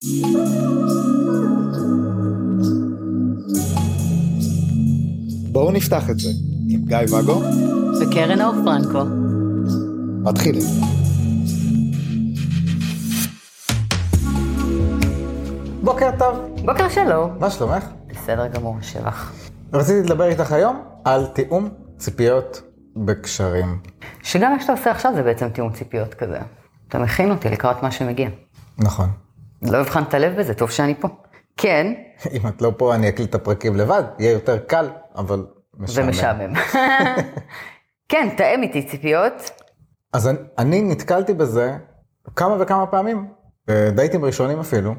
בואו נפתח את זה עם גיא וגו וקרן אור פרנקו. מתחילים. בוקר טוב. בוקר שלום. מה שלומך? בסדר גמור, שבח. רציתי לדבר איתך היום על תיאום ציפיות בקשרים. שגם מה שאתה עושה עכשיו זה בעצם תיאום ציפיות כזה. אתה מכין אותי לקראת מה שמגיע. נכון. לא הבחנת לב בזה, טוב שאני פה. כן. אם את לא פה אני אקליט את הפרקים לבד, יהיה יותר קל, אבל משעמם. ומשעמם. כן, תאם איתי ציפיות. אז אני נתקלתי בזה כמה וכמה פעמים, דייטים ראשונים אפילו.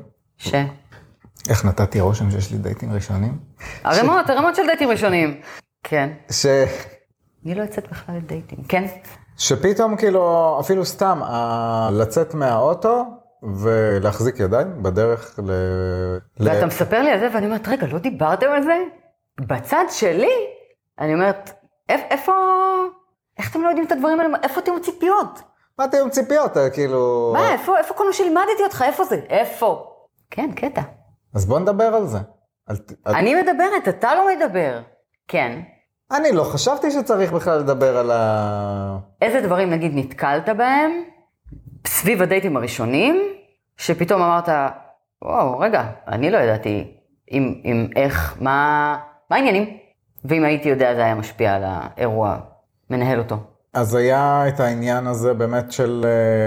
איך נתתי רושם שיש לי דייטים ראשונים? הרמות של דייטים ראשונים. כן. אני לא יוצאת בכלל לדייטים, כן? שפתאום כאילו, אפילו סתם, לצאת מהאוטו ולהחזיק ידיים בדרך ואתה מספר לי על זה ואני אומרת, רגע, לא דיברתם על זה? בצד שלי, אני אומרת, איפה, איך אתם לא יודעים את הדברים האלה? איפה תיאום ציפיות? מה תיאום ציפיות? כאילו... מה, איפה כל מה שלימדתי אותך? איפה זה? איפה? כן, קטע. אז בוא נדבר על זה. אני מדברת, אתה לא מדבר. כן. אני לא חשבתי שצריך בכלל לדבר על איזה דברים נגיד נתקלת בהם, סביב הדייטים הראשונים, שפתאום אמרת, וואו, רגע, אני לא ידעתי אם איך, מה העניינים? ואם הייתי יודע, זה היה משפיע על האירוע, מנהל אותו. אז היה את העניין הזה באמת של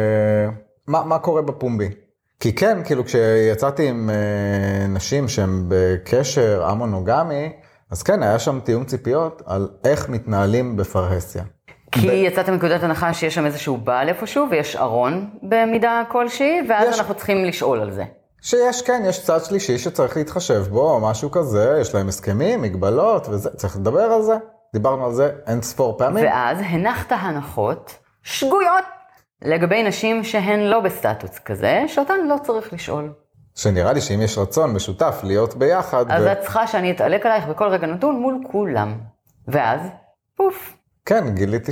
מה קורה בפומבי. כי כן, כאילו כשיצאתי עם נשים שהן בקשר המונוגמי, אז כן, היה שם תיאום ציפיות על איך מתנהלים בפרהסיה. כי יצאת מנקודת הנחה שיש שם איזשהו בעל איפשהו, ויש ארון במידה כלשהי, ואז אנחנו צריכים לשאול על זה. שיש, כן, יש צד שלישי שצריך להתחשב בו, משהו כזה, יש להם הסכמים, מגבלות, וזה, צריך לדבר על זה. דיברנו על זה אין ספור פעמים. ואז הנחת הנחות שגויות לגבי נשים שהן לא בסטטוס כזה, שאותן לא צריך לשאול. שנראה לי שאם יש רצון משותף להיות ביחד... אז את צריכה שאני אתעלק עלייך בכל רגע נתון מול כולם. ואז, פוף. כן, גיליתי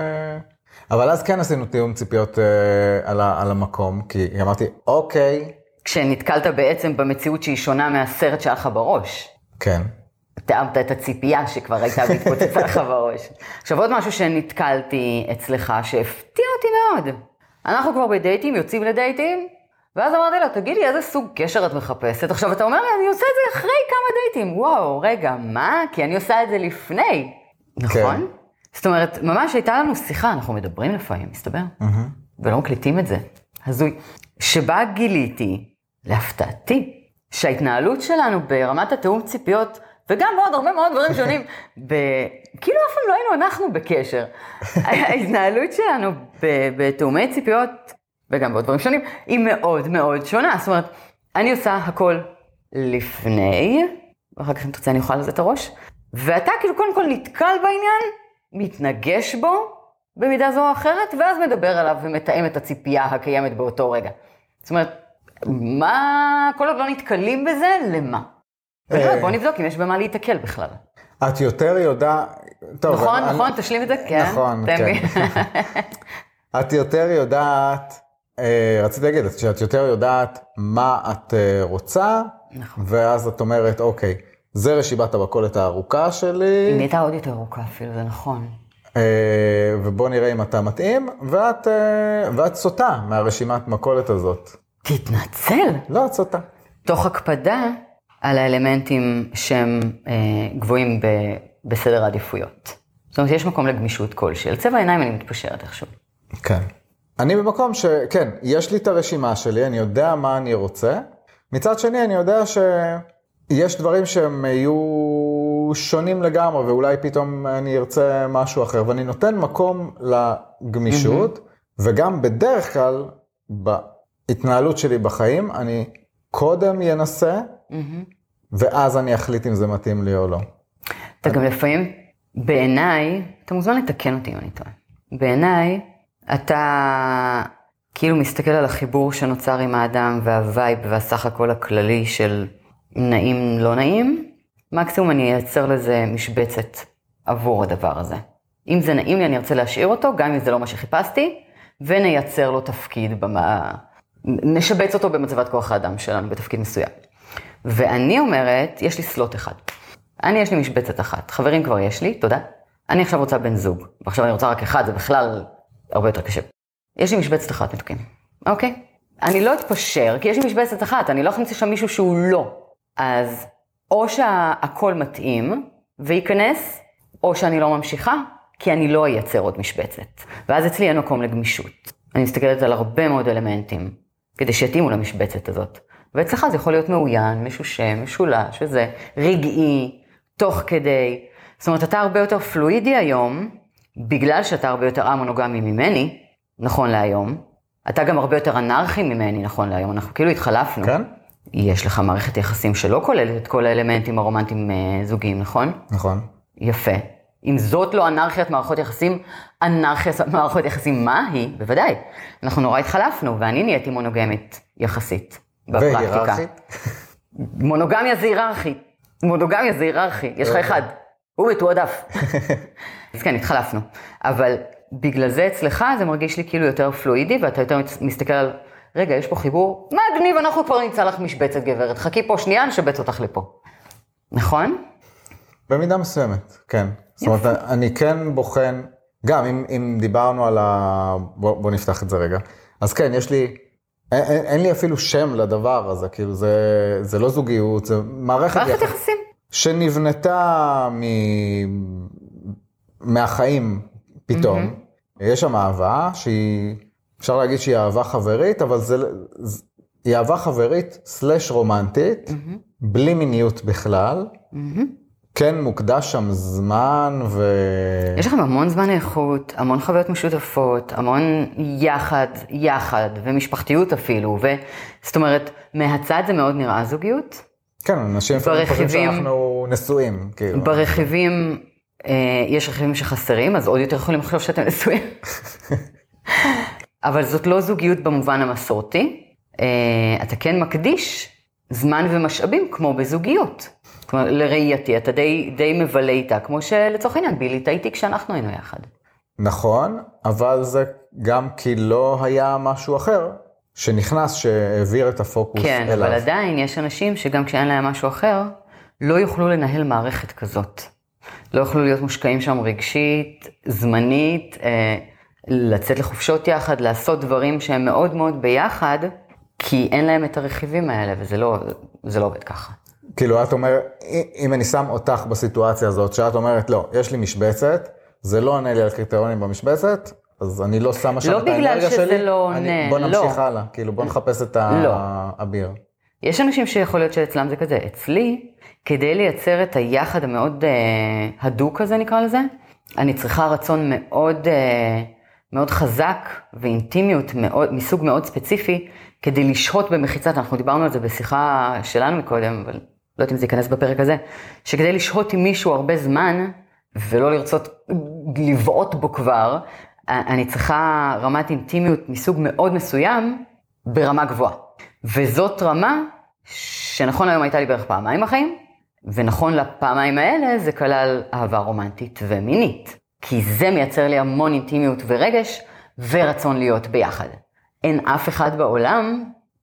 אבל אז כן עשינו תיאום ציפיות על המקום, כי אמרתי, אוקיי. כשנתקלת בעצם במציאות שהיא שונה מהסרט שלך בראש. כן. תאמת את הציפייה שכבר הייתה מתפוצצה לך בראש. עכשיו עוד משהו שנתקלתי אצלך שהפתיע אותי מאוד. אנחנו כבר בדייטים, יוצאים לדייטים, ואז אמרתי לה, תגידי איזה סוג קשר את מחפשת? עכשיו אתה אומר לי, אני עושה את זה אחרי כמה דייטים. וואו, רגע, מה? כי אני עושה את זה לפני. נכון? כן. זאת אומרת, ממש הייתה לנו שיחה, אנחנו מדברים לפעמים, מסתבר? ולא מקליטים את זה. הזוי. שבה גיליתי, להפתעתי, שההתנהלות שלנו ברמת התיאום ציפיות, וגם בעוד הרבה מאוד דברים שונים, כאילו אף פעם לא היינו אנחנו בקשר. ההתנהלות שלנו בתיאומי ציפיות, וגם בעוד דברים שונים, היא מאוד מאוד שונה. זאת אומרת, אני עושה הכל לפני, ואחר כך אם תרצה אני אוכל לזה את הראש, ואתה כאילו קודם כל נתקל בעניין, מתנגש בו במידה זו או אחרת, ואז מדבר עליו ומתאם את הציפייה הקיימת באותו רגע. זאת אומרת, מה, כל עוד לא נתקלים בזה, למה? בוא נבדוק אם יש במה להתקל בכלל. את יותר יודעת... נכון, תשלים את זה? נכון, כן. את יותר יודעת, רציתי להגיד, שאת יותר יודעת מה את רוצה, ואז את אומרת, אוקיי, זה רשימת המכולת הארוכה שלי. היא נהייתה עוד יותר ארוכה אפילו, זה נכון. ובוא נראה אם אתה מתאים, ואת סוטה מהרשימת מכולת הזאת. תתנצל. לא, את סוטה. תוך הקפדה על האלמנטים שהם גבוהים בסדר העדיפויות. זאת אומרת, יש מקום לגמישות כלשהי. על צבע העיניים אני מתפשרת איכשהו. כן. אני במקום שכן, יש לי את הרשימה שלי, אני יודע מה אני רוצה. מצד שני, אני יודע שיש דברים שהם יהיו שונים לגמרי, ואולי פתאום אני ארצה משהו אחר, ואני נותן מקום לגמישות, וגם בדרך כלל, בהתנהלות שלי בחיים, אני קודם ינסה, ואז אני אחליט אם זה מתאים לי או לא. אתה גם לפעמים, בעיניי, אתה מוזמן לתקן אותי אם אני טועה. בעיניי, אתה כאילו מסתכל על החיבור שנוצר עם האדם, והווייב והסך הכל הכללי של נעים לא נעים, מקסימום אני אייצר לזה משבצת עבור הדבר הזה. אם זה נעים לי, אני ארצה להשאיר אותו, גם אם זה לא מה שחיפשתי, ונייצר לו תפקיד נשבץ אותו במצבת כוח האדם שלנו בתפקיד מסוים. ואני אומרת, יש לי סלוט אחד. יש לי משבצת אחת. חברים כבר יש לי, תודה. אני עכשיו רוצה בן זוג. ועכשיו אני רוצה רק אחד, זה בכלל הרבה יותר קשה. יש לי משבצת אחת, מתוקים. אוקיי? אני לא אתפשר, כי יש לי משבצת אחת, אני לא אכניס שם מישהו שהוא לא. אז או שהכל מתאים וייכנס, או שאני לא ממשיכה, כי אני לא אייצר עוד משבצת. ואז אצלי אין מקום לגמישות. אני מסתכלת על הרבה מאוד אלמנטים, כדי שיתאימו למשבצת הזאת. ואצלך זה יכול להיות מאוין, משושם, משולש, וזה רגעי, תוך כדי. זאת אומרת, אתה הרבה יותר פלואידי היום, בגלל שאתה הרבה יותר המונוגמי ממני, נכון להיום. אתה גם הרבה יותר אנרכי ממני, נכון להיום. אנחנו כאילו התחלפנו. כן? יש לך מערכת יחסים שלא כוללת את כל האלמנטים הרומנטיים זוגיים, נכון? נכון. יפה. אם זאת לא אנרכיית מערכות יחסים, אנרכיית מערכות יחסים, מה היא? בוודאי. אנחנו נורא התחלפנו, ואני נהייתי מונוגמית יחסית. בפרקטיקה. והיררכית? מונוגמיה זה היררכי. מונוגמיה זה היררכי. יש לך אחד. הוא מתועדף. אז כן, התחלפנו. אבל בגלל זה אצלך זה מרגיש לי כאילו יותר פלואידי, ואתה יותר מסתכל על, רגע, יש פה חיבור, מגניב, אנחנו כבר נמצא לך משבצת גברת. חכי פה שנייה, נשבץ אותך לפה. נכון? במידה מסוימת, כן. זאת אומרת, אני כן בוחן, גם אם דיברנו על בוא נפתח את זה רגע. אז כן, יש לי, אין לי אפילו שם לדבר הזה, כאילו זה לא זוגיות, זה מערכת יחסים. שנבנתה מהחיים פתאום. יש שם אהבה שהיא, אפשר להגיד שהיא אהבה חברית, אבל היא אהבה חברית סלש רומנטית, בלי מיניות בכלל. כן, מוקדש שם זמן יש לכם המון זמן איכות, המון חוויות משותפות, המון יחד, ומשפחתיות אפילו, זאת אומרת, מהצד זה מאוד נראה זוגיות. כן, אנשים לפעמים חושבים שאנחנו נשואים, כאילו. ברכיבים, יש רכיבים שחסרים, אז עוד יותר יכולים לחשוב שאתם נשואים. אבל זאת לא זוגיות במובן המסורתי, אתה כן מקדיש זמן ומשאבים כמו בזוגיות. כלומר, לראייתי, אתה די מבלה איתה, כמו שלצורך העניין, בילית איתי כשאנחנו היינו יחד. נכון, אבל זה גם כי לא היה משהו אחר שנכנס, שהעביר את הפוקוס אליו. כן, אבל עדיין יש אנשים שגם כשאין להם משהו אחר, לא יוכלו לנהל מערכת כזאת. לא יוכלו להיות מושקעים שם רגשית, זמנית, לצאת לחופשות יחד, לעשות דברים שהם מאוד מאוד ביחד, כי אין להם את הרכיבים האלה, וזה לא עובד ככה. כאילו, את אומרת, אם אני שם אותך בסיטואציה הזאת, שאת אומרת, לא, יש לי משבצת, זה לא עונה לי על קריטריונים במשבצת, אז אני לא שמה שם את האנרגיה שלי. לא בגלל שזה לא עונה, בוא נמשיך הלאה, כאילו, בוא נחפש את האביר. יש אנשים שיכול להיות שאצלם זה כזה. אצלי, כדי לייצר את היחד המאוד הדוק הזה, נקרא לזה, אני צריכה רצון מאוד חזק ואינטימיות מסוג מאוד ספציפי, כדי לשהות במחיצת, אנחנו דיברנו על זה בשיחה שלנו מקודם, אבל לא יודעת אם זה ייכנס בפרק הזה, שכדי לשהות עם מישהו הרבה זמן, ולא לרצות לבעוט בו כבר, אני צריכה רמת אינטימיות מסוג מאוד מסוים, ברמה גבוהה. וזאת רמה שנכון היום הייתה לי בערך פעמיים החיים, ונכון לפעמיים האלה זה כלל אהבה רומנטית ומינית, כי זה מייצר לי המון אינטימיות ורגש, ורצון להיות ביחד. אין אף אחד בעולם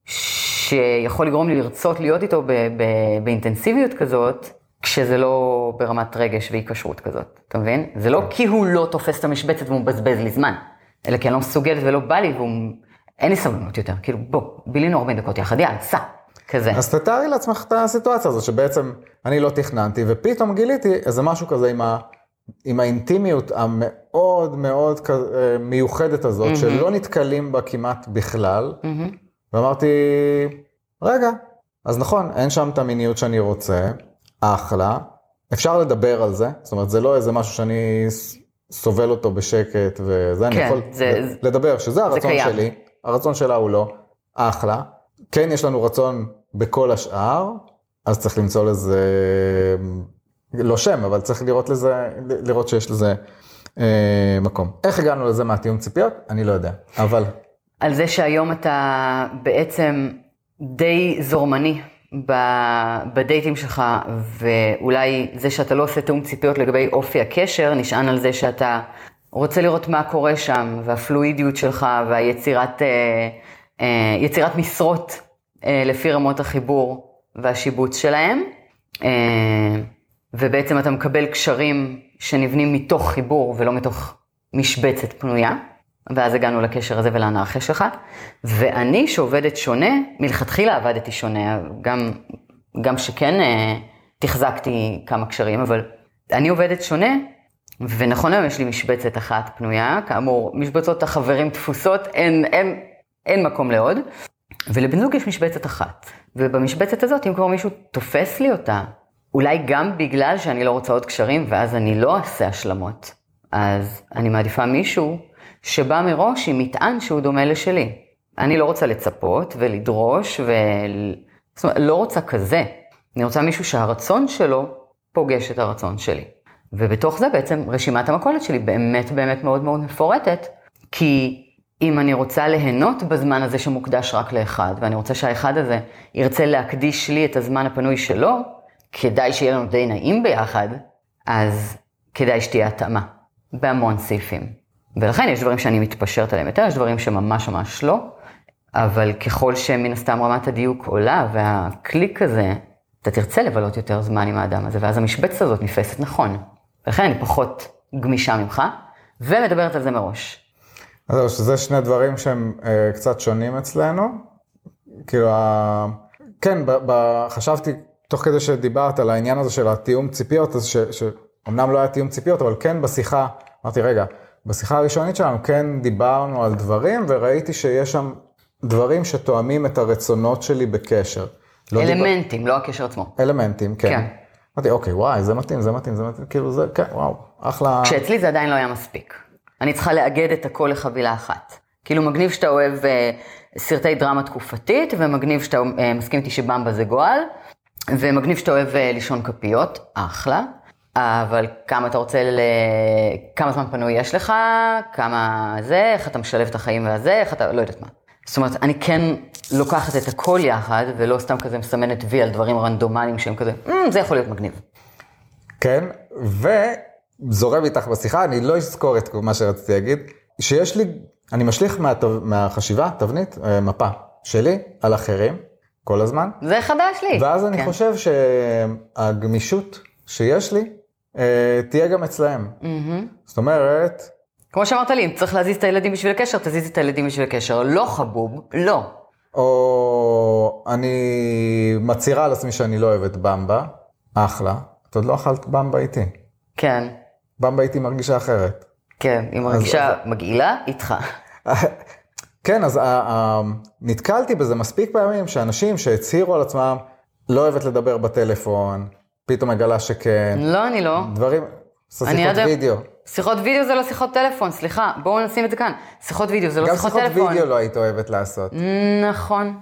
שיכול לגרום לי לרצות להיות איתו באינטנסיביות כזאת, כשזה לא ברמת רגש והיקשרות כזאת, אתה מבין? זה לא כי הוא לא תופס את המשבצת והוא מבזבז לי זמן, אלא כי אני לא מסוגלת ולא בא לי, אין לי סבלנות יותר, כאילו בוא, בילינו 40 דקות יחד, יאללה, סע, כזה. אז תתארי לעצמך את הסיטואציה הזאת, שבעצם אני לא תכננתי, ופתאום גיליתי איזה משהו כזה עם האינטימיות המאוד מאוד מיוחדת הזאת, שלא נתקלים בה כמעט בכלל, ואמרתי, רגע, אז נכון, אין שם את המיניות שאני רוצה, אחלה, אפשר לדבר על זה, זאת אומרת, זה לא איזה משהו שאני סובל אותו בשקט, וזה אני יכול לדבר, שזה הרצון שלי, הרצון שלה הוא לא, אחלה, כן יש לנו רצון בכל השאר, אז צריך למצוא לזה, לא שם, אבל צריך לראות שיש לזה מקום. איך הגענו לזה מהתיאום ציפיות? אני לא יודע, אבל... על זה שהיום אתה בעצם די זורמני בדייטים שלך, ואולי זה שאתה לא עושה תיאום ציפיות לגבי אופי הקשר, נשען על זה שאתה רוצה לראות מה קורה שם, והפלואידיות שלך, והיצירת יצירת משרות לפי רמות החיבור והשיבוץ שלהם, ובעצם אתה מקבל קשרים שנבנים מתוך חיבור ולא מתוך משבצת פנויה, ואז הגענו לקשר הזה ולאנרכיה שלך, ואני שעובדת שונה, מלכתחילה עבדתי שונה, גם שכן תחזקתי כמה קשרים, אבל אני עובדת שונה, ונכון היום יש לי משבצת אחת פנויה, כאמור, משבצות החברים תפוסות, אין מקום לעוד, ולבן זוג יש משבצת אחת, ובמשבצת הזאת, אם כבר מישהו תופס לי אותה, אולי גם בגלל שאני לא רוצה עוד קשרים, ואז אני לא אעשה השלמות, אז אני מעדיפה מישהו שבא מראש עם מטען שהוא דומה לשלי. אני לא רוצה לצפות ולדרוש, זאת אומרת, לא רוצה כזה. אני רוצה מישהו שהרצון שלו פוגש את הרצון שלי. ובתוך זה בעצם רשימת המכולת שלי באמת באמת מאוד מאוד מפורטת, כי אם אני רוצה ליהנות בזמן הזה שמוקדש רק לאחד, ואני רוצה שהאחד הזה ירצה להקדיש לי את הזמן הפנוי שלו, כדאי שיהיה לנו די נעים ביחד, אז כדאי שתהיה התאמה בהמון סעיפים. ולכן יש דברים שאני מתפשרת עליהם יותר, יש דברים שממש ממש לא, אבל ככל שמן הסתם רמת הדיוק עולה, והקליק הזה, אתה תרצה לבלות יותר זמן עם האדם הזה, ואז המשבצת הזאת נפסת נכון. ולכן אני פחות גמישה ממך, ומדברת על זה מראש. אז שזה שני דברים שהם קצת שונים אצלנו. כאילו, כן, חשבתי תוך כדי שדיברת על העניין הזה של התיאום ציפיות, אז שאומנם לא היה תיאום ציפיות, אבל כן בשיחה, אמרתי רגע, בשיחה הראשונית שלנו כן דיברנו על דברים, וראיתי שיש שם דברים שתואמים את הרצונות שלי בקשר. אלמנטים, לא הקשר עצמו. אלמנטים, כן. כן. אמרתי, אוקיי, וואי, זה מתאים, כאילו זה, כן, וואו, אחלה. כשאצלי זה עדיין לא היה מספיק. אני צריכה לאגד את הכל לחבילה אחת. כאילו מגניב שאתה אוהב סרטי דרמה תקופתית, ומגניב שאתה מסכים איתי שבמבה זה גועל, ומגניב שאתה אוהב לישון כפיות, אחלה. אבל כמה אתה רוצה, כמה זמן פנוי יש לך, כמה זה, איך אתה משלב את החיים והזה, איך אתה, לא יודעת מה. זאת אומרת, אני כן לוקחת את הכל יחד, ולא סתם כזה מסמנת וי על דברים רנדומליים שהם כזה, זה יכול להיות מגניב. כן, וזורם איתך בשיחה, אני לא אזכור את מה שרציתי להגיד, שיש לי, אני משליך מהחשיבה, תבנית, מפה שלי, על אחרים, כל הזמן. זה חדש לי. ואז אני חושב שהגמישות שיש לי, תהיה גם אצלהם. זאת אומרת... כמו שאמרת לי, אם צריך להזיז את הילדים בשביל הקשר, תזיז את הילדים בשביל הקשר. לא חבוב, לא. או אני מצהירה על עצמי שאני לא אוהבת במבה, אחלה. אתה עוד לא אכלת במבה איתי. כן. במבה איתי מרגישה אחרת. כן, היא מרגישה מגעילה איתך. כן, אז נתקלתי בזה מספיק פעמים, שאנשים שהצהירו על עצמם, לא אוהבת לדבר בטלפון, פתאום מגלה שכן. לא, אני לא. דברים, שיחות וידאו. שיחות וידאו זה לא שיחות טלפון, סליחה, בואו נשים את זה כאן. שיחות וידאו זה לא שיחות טלפון. גם שיחות וידאו לא היית אוהבת לעשות. נכון.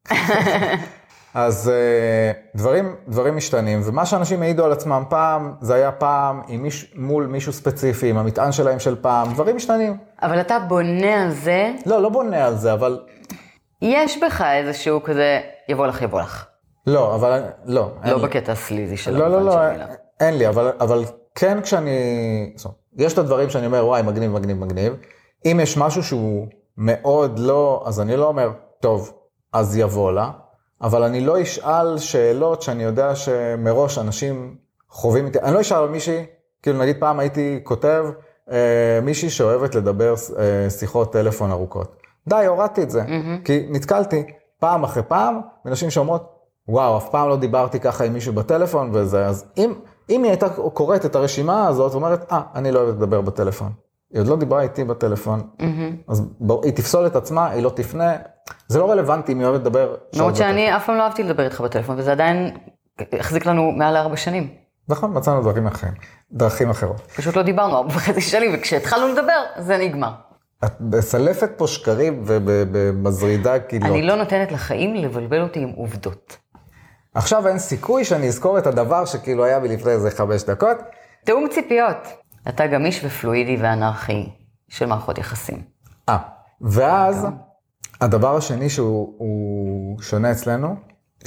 אז דברים משתנים, ומה שאנשים העידו על עצמם פעם, זה היה פעם מול מישהו ספציפי, עם המטען שלהם של פעם, דברים משתנים. אבל אתה בונה על זה? לא בונה על זה, אבל... יש בך איזשהו כזה, יבוא לך. לא, אבל לא. לא בקטע הסליזי של המובן של המילה. אין לי, אבל כן כשאני... יש את הדברים שאני אומר, וואי, מגניב. אם יש משהו שהוא מאוד לא, אז אני לא אומר, טוב, אז יבוא לה, אבל אני לא אשאל שאלות שאני יודע שמראש אנשים חווים איתי. אני לא אשאל על מישהי, כאילו נגיד פעם הייתי כותב, מישהי שאוהבת לדבר שיחות טלפון ארוכות. די, הורדתי את זה, כי נתקלתי פעם אחרי פעם, אנשים שאומרות, וואו, אף פעם לא דיברתי ככה עם מישהו בטלפון וזה, אז אם היא הייתה קוראת את הרשימה הזאת, ואומרת, אני לא אוהבת לדבר בטלפון. היא עוד לא דיברה איתי בטלפון, אז היא תפסול את עצמה, היא לא תפנה, זה לא רלוונטי אם היא אוהבת לדבר. למרות שאני אף פעם לא אהבתי לדבר איתך בטלפון, וזה עדיין החזיק לנו מעל 4 שנים. נכון, מצאנו דרכים אחרות. פשוט לא דיברנו 4.5 שנים, וכשהתחלנו לדבר, זה נגמר. את מסלפת פה שקרים ובמזרידה כאילו. אני לא נותנת לחיים לבלבל אותי עם עובדות. עכשיו אין סיכוי שאני אזכור את הדבר שכאילו היה בלפני איזה 5 דקות. תאום ציפיות. אתה גמיש ופלואידי ואנרכי של מערכות יחסים. ואז הדבר השני שהוא שונה אצלנו,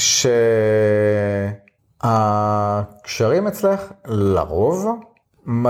שהקשרים אצלך לרוב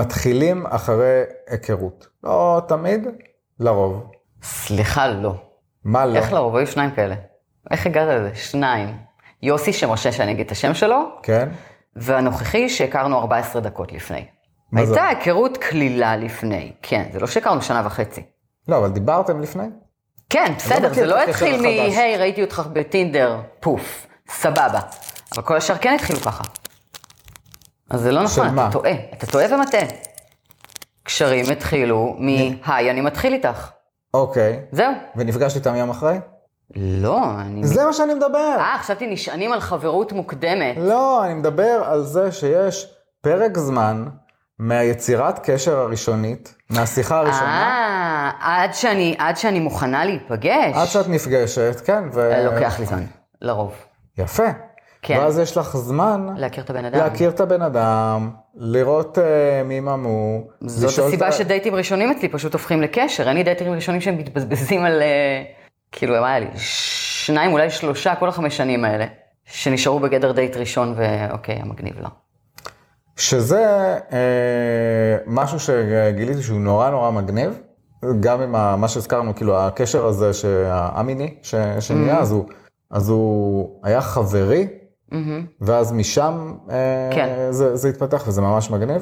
מתחילים אחרי היכרות. לא תמיד, לרוב. סליחה, לא. מה לא? איך לרוב? היו 2 כאלה. איך הגעת לזה? 2. יוסי שמשה שאני אגיד את השם שלו, כן. והנוכחי שהכרנו 14 דקות לפני. מה זה? הייתה היכרות כלילה לפני. כן, זה לא שהכרנו 1.5 שנה. לא, אבל דיברתם לפני? כן, בסדר, מכיר זה לא את הקשר התחיל החדש. היי, ראיתי אותך בטינדר, פוף, סבבה. אבל כל השאר כן התחילו ככה. אז זה לא נכון, של מה? אתה טועה. אתה טועה ומטעה. קשרים התחילו מהי, אני מתחיל איתך. אוקיי. זהו. ונפגשת איתם יום אחרי? לא, אני... זה מה שאני מדבר. חשבתי נשענים על חברות מוקדמת. לא, אני מדבר על זה שיש פרק זמן מהיצירת קשר הראשונית, מהשיחה הראשונה, עד שאני מוכנה להיפגש. עד שאת נפגשת, כן, לוקח לי זמן, לרוב. יפה. כן. ואז יש לך זמן להכיר את הבן אדם. להכיר את הבן אדם, לראות מי ממו. זאת הסיבה שדייטים ראשונים אצלי פשוט הופכים לקשר. אין לי דייטים ראשונים שהם מתבזבזים על... כאילו, מה היה לי? 2, אולי 3, כל 5 שנים האלה, שנשארו בגדר דייט ראשון, ואוקיי, המגניב לא. שזה משהו שגיליתי שהוא נורא נורא מגניב, גם עם מה שהזכרנו, כאילו הקשר הזה המיני שנהיה, אז הוא היה חברי, ואז משם זה התפתח, וזה ממש מגניב,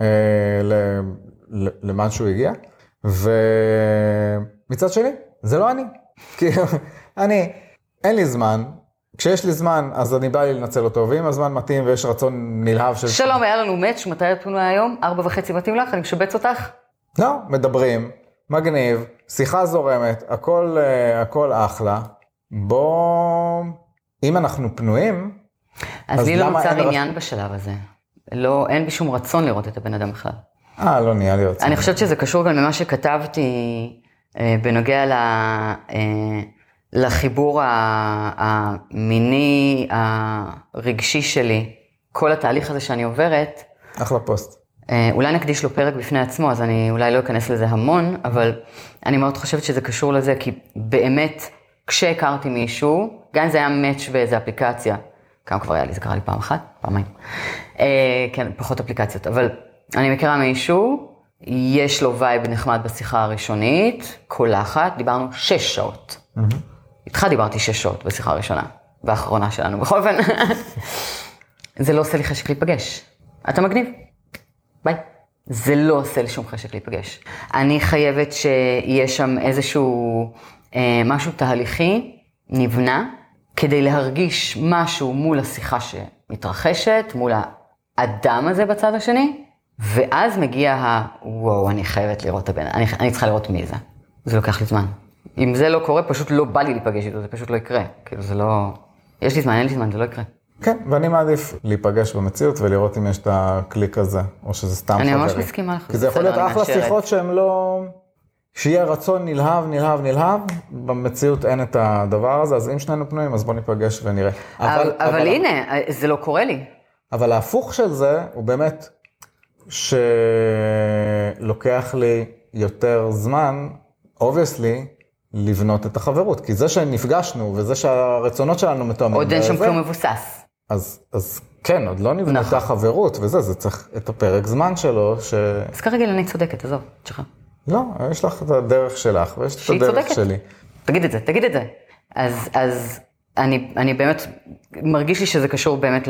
למה שהוא הגיע, ומצד שני, זה לא אני, כי אין לי זמן, כשיש לי זמן, אז אני בא לי לנצל אותו, ואם הזמן מתאים ויש רצון נלהב של... שלום, היה לנו מאץ', מתי התפנו היום? 4:30 מתאים לך? אני משבץ אותך? לא, מדברים, מגניב, שיחה זורמת, הכל אחלה. בוא, אם אנחנו פנויים, אז לי לא נוצר עניין בשלב הזה. לא, אין בי שום רצון לראות את הבן אדם בכלל. לא נהיה לי רצון. אני חושבת שזה קשור גם למה שכתבתי בנוגע לחיבור המיני, הרגשי שלי, כל התהליך הזה שאני עוברת. אחלה פוסט. אולי נקדיש לו פרק בפני עצמו, אז אני אולי לא אכנס לזה המון, אבל אני מאוד חושבת שזה קשור לזה, כי באמת, כשהכרתי מישהו, גם אם זה היה מאץ' באיזו אפליקציה, כמה כבר היה לי, זה קרה לי פעם אחת, פעמיים, כן, פחות אפליקציות, אבל אני מכירה מישהו, יש לו וייב נחמד בשיחה הראשונית, קולחת, דיברנו 6 שעות. איתך דיברתי 6 שעות בשיחה הראשונה, והאחרונה שלנו, בכל אופן. זה לא עושה לי חשק להיפגש. אתה מגניב? ביי. זה לא עושה לי שום חשק להיפגש. אני חייבת שיהיה שם איזשהו משהו תהליכי, נבנה, כדי להרגיש משהו מול השיחה שמתרחשת, מול האדם הזה בצד השני, ואז מגיע וואו, אני חייבת לראות את הבן, אני צריכה לראות מי זה. זה לוקח לי זמן. אם זה לא קורה, פשוט לא בא לי להיפגש איתו, זה פשוט לא יקרה. כאילו זה לא... יש לי זמן, אין לי זמן, זה לא יקרה. כן, ואני מעדיף להיפגש במציאות ולראות אם יש את הקליק הזה, או שזה סתם חברי. אני ממש מסכימה לך. כי זה יכול להיות אחלה שיחות שהן לא... שיהיה רצון נלהב, במציאות אין את הדבר הזה, אז אם שנינו פנויים, אז בוא ניפגש ונראה. אבל הנה, זה לא קורה לי. אבל ההפוך של זה הוא באמת שלוקח לי יותר זמן, obviously, לבנות את החברות, כי זה שנפגשנו וזה שהרצונות שלנו מתואמים. עוד אין שם כלום מבוסס. אז כן, עוד לא נבנתה החברות וזה, זה צריך את הפרק זמן שלו. אז כרגע אני צודקת, עזוב, תשחרר. לא, יש לך את הדרך שלך ויש את הדרך שלי. תגיד את זה. אז אני באמת, מרגיש לי שזה קשור באמת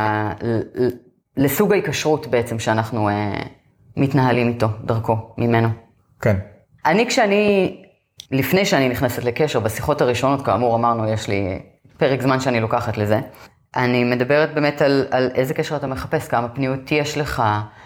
לסוג ההיקשרות בעצם שאנחנו מתנהלים איתו, דרכו, ממנו. כן. לפני שאני נכנסת לקשר, בשיחות הראשונות, כאמור אמרנו, יש לי פרק זמן שאני לוקחת לזה, אני מדברת באמת על איזה קשר אתה מחפש, כמה פניות יש לך,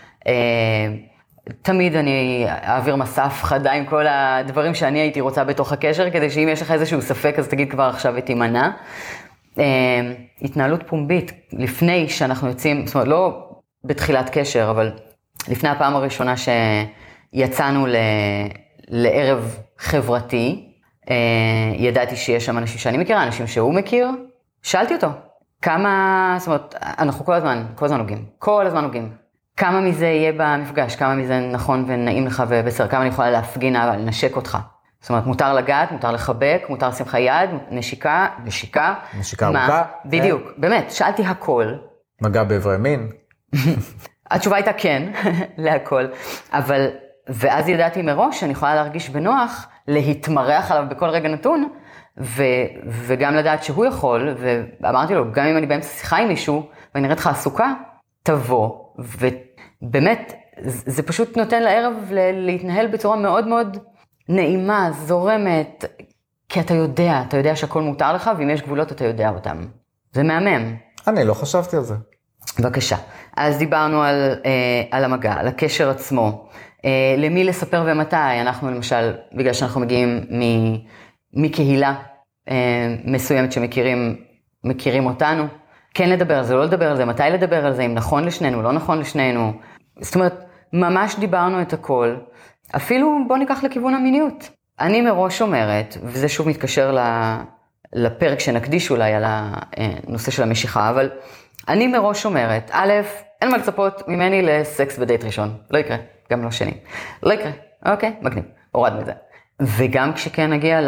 תמיד אני אעביר מסע הפחדה עם כל הדברים שאני הייתי רוצה בתוך הקשר, כדי שאם יש לך איזשהו ספק, אז תגיד כבר עכשיו ותימנע. התנהלות פומבית, לפני שאנחנו יוצאים, זאת אומרת, לא בתחילת קשר, אבל לפני הפעם הראשונה שיצאנו לערב חברתי, ידעתי שיש שם אנשים שאני מכירה, אנשים שהוא מכיר, שאלתי אותו, כמה, זאת אומרת, אנחנו כל הזמן נוגעים. כמה מזה יהיה במפגש, כמה מזה נכון ונעים לך ובסדר, כמה אני יכולה להפגין, לנשק אותך. זאת אומרת, מותר לגעת, מותר לחבק, מותר לשים לך יד, נשיקה. נשיקה ארוכה. בדיוק, באמת, שאלתי הכל. מגע באיברי מין. התשובה הייתה כן, להכל. אבל ואז ידעתי מראש שאני יכולה להרגיש בנוח, להתמרח עליו בכל רגע נתון, וגם לדעת שהוא יכול, ואמרתי לו, גם אם אני באמצע שיחה עם מישהו, ואני נראית לך עסוקה, תבוא, ובאמת, זה פשוט נותן לערב להתנהל בצורה מאוד מאוד נעימה, זורמת, כי אתה יודע שהכל מותר לך, ואם יש גבולות אתה יודע אותם. זה מהמם. אני לא חשבתי על זה. בבקשה. אז דיברנו על המגע, על הקשר עצמו. למי לספר ומתי, אנחנו למשל, בגלל שאנחנו מגיעים מקהילה מסוימת שמכירים אותנו, כן לדבר על זה, לא לדבר על זה, מתי לדבר על זה, אם נכון לשנינו, לא נכון לשנינו. זאת אומרת, ממש דיברנו את הכל. אפילו בוא ניקח לכיוון המיניות. אני מראש אומרת, וזה שוב מתקשר לפרק שנקדיש אולי על הנושא של המשיכה, אבל אני מראש אומרת, א', אין מה לצפות ממני לסקס בדייט ראשון. לא יקרה, גם לא שני. לא יקרה, אוקיי, מגניב, הורדנו את זה. וגם כשכן נגיע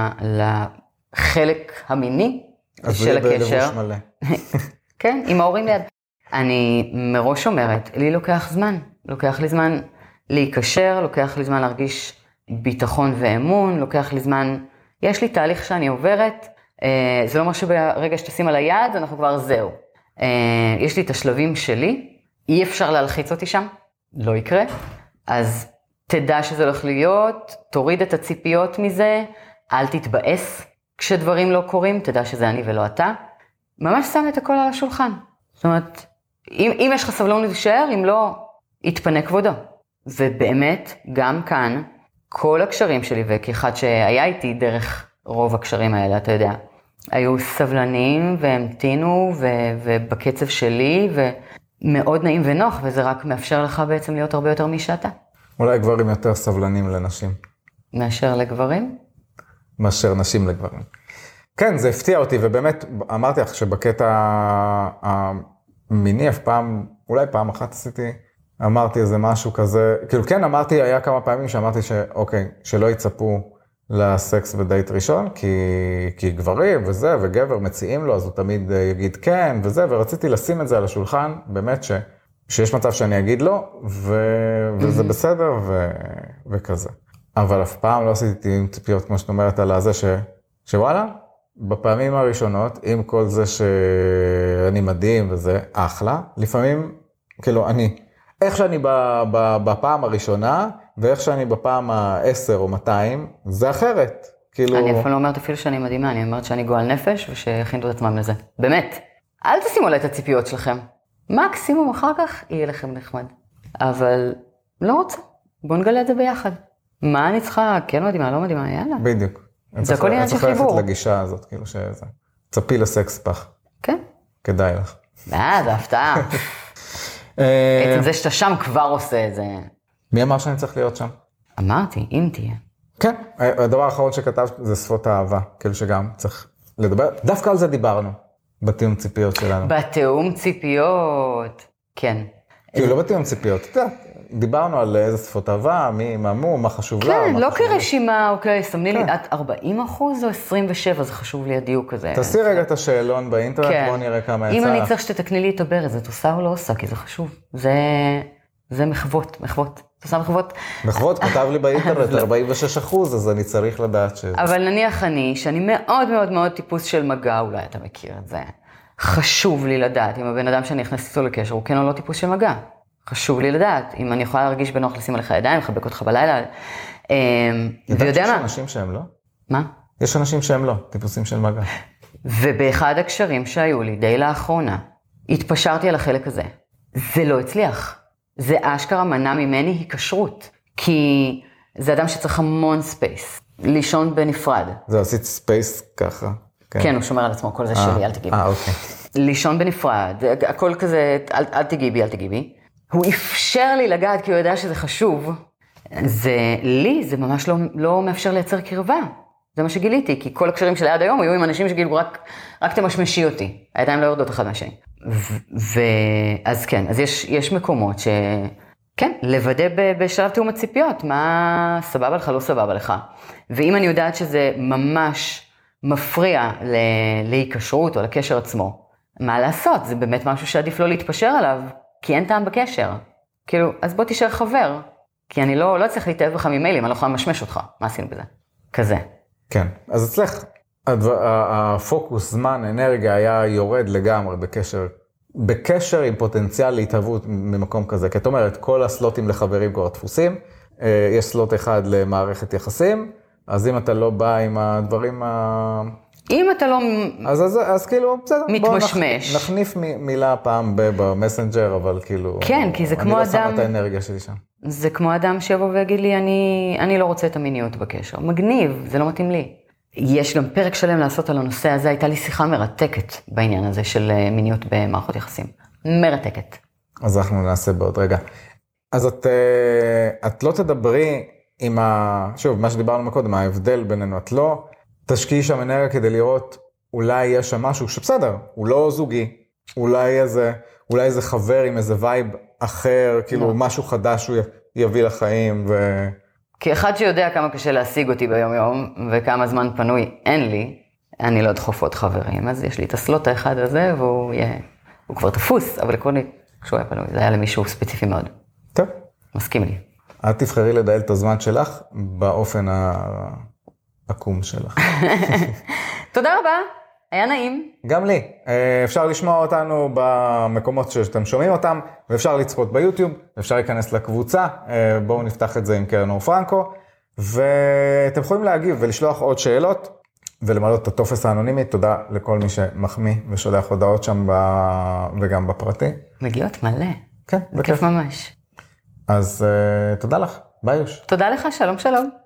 לחלק המיני של הקשר. אז זה לבוש מלא. כן, עם ההורים ליד. אני מראש אומרת, לי לוקח זמן. לוקח לי זמן להיקשר, לוקח לי זמן להרגיש ביטחון ואמון, לוקח לי זמן, יש לי תהליך שאני עוברת, זה לא אומר שברגע שתשים על היד, אנחנו כבר זהו. יש לי את השלבים שלי, אי אפשר להלחיץ אותי שם, לא יקרה, אז תדע שזה הולך להיות, תוריד את הציפיות מזה, אל תתבאס כשדברים לא קורים, תדע שזה אני ולא אתה, ממש שם את הכל על השולחן. זאת אומרת, אם יש לך סבלנות להישאר, אם לא, יתפנה כבודו. ובאמת, גם כאן, כל הקשרים שלי, וכאחד שהיה איתי דרך רוב הקשרים האלה, אתה יודע, היו סבלנים והמתינו, ובקצב שלי, ומאוד נעים ונוח, וזה רק מאפשר לך בעצם להיות הרבה יותר משאתה. אולי גברים יותר סבלנים לנשים. מאשר לגברים? מאשר נשים לגברים. כן, זה הפתיע אותי, ובאמת אמרתי לך שבקטע המיני אף פעם, אולי פעם אחת עשיתי, אמרתי איזה משהו כזה, כאילו כן אמרתי, היה כמה פעמים שאמרתי שאוקיי, שלא יצפו לסקס בדייט ראשון, כי גברים וזה, וגבר מציעים לו, אז הוא תמיד יגיד כן וזה, ורציתי לשים את זה על השולחן, באמת שיש מצב שאני אגיד לו, וזה בסדר וכזה. אבל אף פעם לא עשיתי עם ציפיות, כמו שאת אומרת, על הזה שוואלה, בפעמים הראשונות, עם כל זה שאני מדהים וזה אחלה, לפעמים, כאילו איך שאני בפעם הראשונה, ואיך שאני בפעם ה-10 או 200, זה אחרת. כאילו... אני אפילו לא אומרת אפילו שאני מדהימה, אני אומרת שאני גועל נפש, ושיכינו את עצמם לזה. באמת, אל תשימו לה את הציפיות שלכם. מקסימום אחר כך יהיה לכם נחמד. אבל לא רוצה, בואו נגלה את זה ביחד. מה אני צריכה, כן מדהימה, לא מדהימה, יאללה. בדיוק. זה הכל עניין של חיבור. אני צריך ללכת לגישה הזאת, כאילו שזה. צפי לסקס פח. כן. כדאי לך. זה הפתעה. בעצם זה שאתה שם כבר עושה את זה. מי אמר שאני צריך להיות שם? אמרתי, אם תהיה. כן, הדבר האחרון שכתב זה שפות האהבה, כאילו שגם צריך לדבר, דווקא על זה דיברנו, בתיאום ציפיות שלנו. בתיאום ציפיות, כן. כאילו לא בתיאום ציפיות, אתה יודע, דיברנו על איזה שפות אהבה, מה חשוב לה. כן, לא כרשימה, אוקיי, סמני לי, את 40% או 27, זה חשוב לי הדיוק הזה. תעשי רגע את השאלון באינטרנט, בואו נראה כמה יצא. אם אני צריך שתתקני לי את הברז, את עושה או לא עושה, כי זה חשוב. זה מחוות. את עושה מחוות? מחוות, כתב לי באינטרנט 46%, אז אני צריך לדעת ש... אבל נניח שאני מאוד מאוד מאוד טיפוס של מגע, אולי אתה מכיר את זה. חשוב לי לדעת, אם הבן אדם שאני נכנסת איתו לקשר, הוא כן או לא טיפוס של מגע. חשוב לי לדעת, אם אני יכולה להרגיש בנוח לשים עליך ידיים, לחבק אותך בלילה. יודעת שיש אנשים שהם לא? מה? יש אנשים שהם לא, טיפוסים של מגע. ובאחד הקשרים שהיו לי, די לאחרונה, התפשרתי על החלק הזה. זה לא הצליח. זה אשכרה מנע ממני היקשרות. כי זה אדם שצריך המון ספייס. לישון בנפרד. זה עשית ספייס ככה. כן, הוא שומר על עצמו, כל זה שלי, אל תגיעי בי. אוקיי. לישון בנפרד, הכל כזה, אל תגיעי בי. הוא אפשר לי לגעת כי הוא יודע שזה חשוב. זה ממש לא מאפשר לייצר קרבה. זה מה שגיליתי, כי כל הקשרים שלי עד היום היו עם אנשים שגילו רק תמשמשי אותי. הידיים לא יורדות אחד מהשני. אז כן, אז יש מקומות כן, לוודא בשלב תיאום הציפיות, מה סבבה לך, לא סבבה לך. ואם אני יודעת שזה ממש מפריע להיקשרות או לקשר עצמו, מה לעשות? זה באמת משהו שעדיף לא להתפשר עליו, כי אין טעם בקשר. כאילו, אז בוא תישאר חבר, כי אני לא צריך להתאהב בך ממיילים, אני לא יכולה למשמש אותך. מה עשינו בזה? כזה. כן, אז אצלך, הפוקוס, זמן, אנרגיה היה יורד לגמרי בקשר עם פוטנציאל להתאהבות ממקום כזה. כי את אומרת, כל הסלוטים לחברים כבר דפוסים, יש סלוט אחד למערכת יחסים, אז אם אתה לא בא עם הדברים אם אתה לא אז כאילו, בסדר, מתמשמש. בוא נחניף מילה פעם במסנג'ר, אבל כאילו, כן, כי זה כמו אני לא שמה אדם, את האנרגיה שלי שם. זה כמו אדם שיבוא ויגיד לי, אני לא רוצה את המיניות בקשר. מגניב, זה לא מתאים לי. יש גם פרק שלם לעשות על הנושא הזה, הייתה לי שיחה מרתקת בעניין הזה של מיניות במערכות יחסים. מרתקת. אז אנחנו נעשה בעוד רגע. אז את לא תדברי עם שוב, מה שדיברנו מקודם, ההבדל בינינו, את לא תשקיעי שם אנרגיה כדי לראות, אולי יש שם משהו שבסדר, הוא לא זוגי, אולי איזה חבר עם איזה וייב אחר, כאילו משהו חדש הוא יביא לחיים כי אחד שיודע כמה קשה להשיג אותי ביום יום, וכמה זמן פנוי אין לי, אני לא אדחוף עוד חברים, אז יש לי את הסלוט האחד הזה, והוא כבר תפוס, אבל עקרונית, כשהוא היה פנוי, זה היה למישהו ספציפי מאוד. טוב. מסכים לי. את תבחרי לדייל את הזמן שלך, באופן העקום שלך. תודה רבה, היה נעים. גם לי. אפשר לשמוע אותנו במקומות שאתם שומעים אותם, ואפשר לצפות ביוטיוב, אפשר להיכנס לקבוצה, בואו נפתח את זה עם קרן אור פרנקו, ואתם יכולים להגיב ולשלוח עוד שאלות, ולמלא את הטופס האנונימי. תודה לכל מי שמחמיא ושולח הודעות שם וגם בפרטי. מגיעות מלא. כן, בכיף ממש. אז תודה לך, ביי יוש. תודה לך, שלום שלום.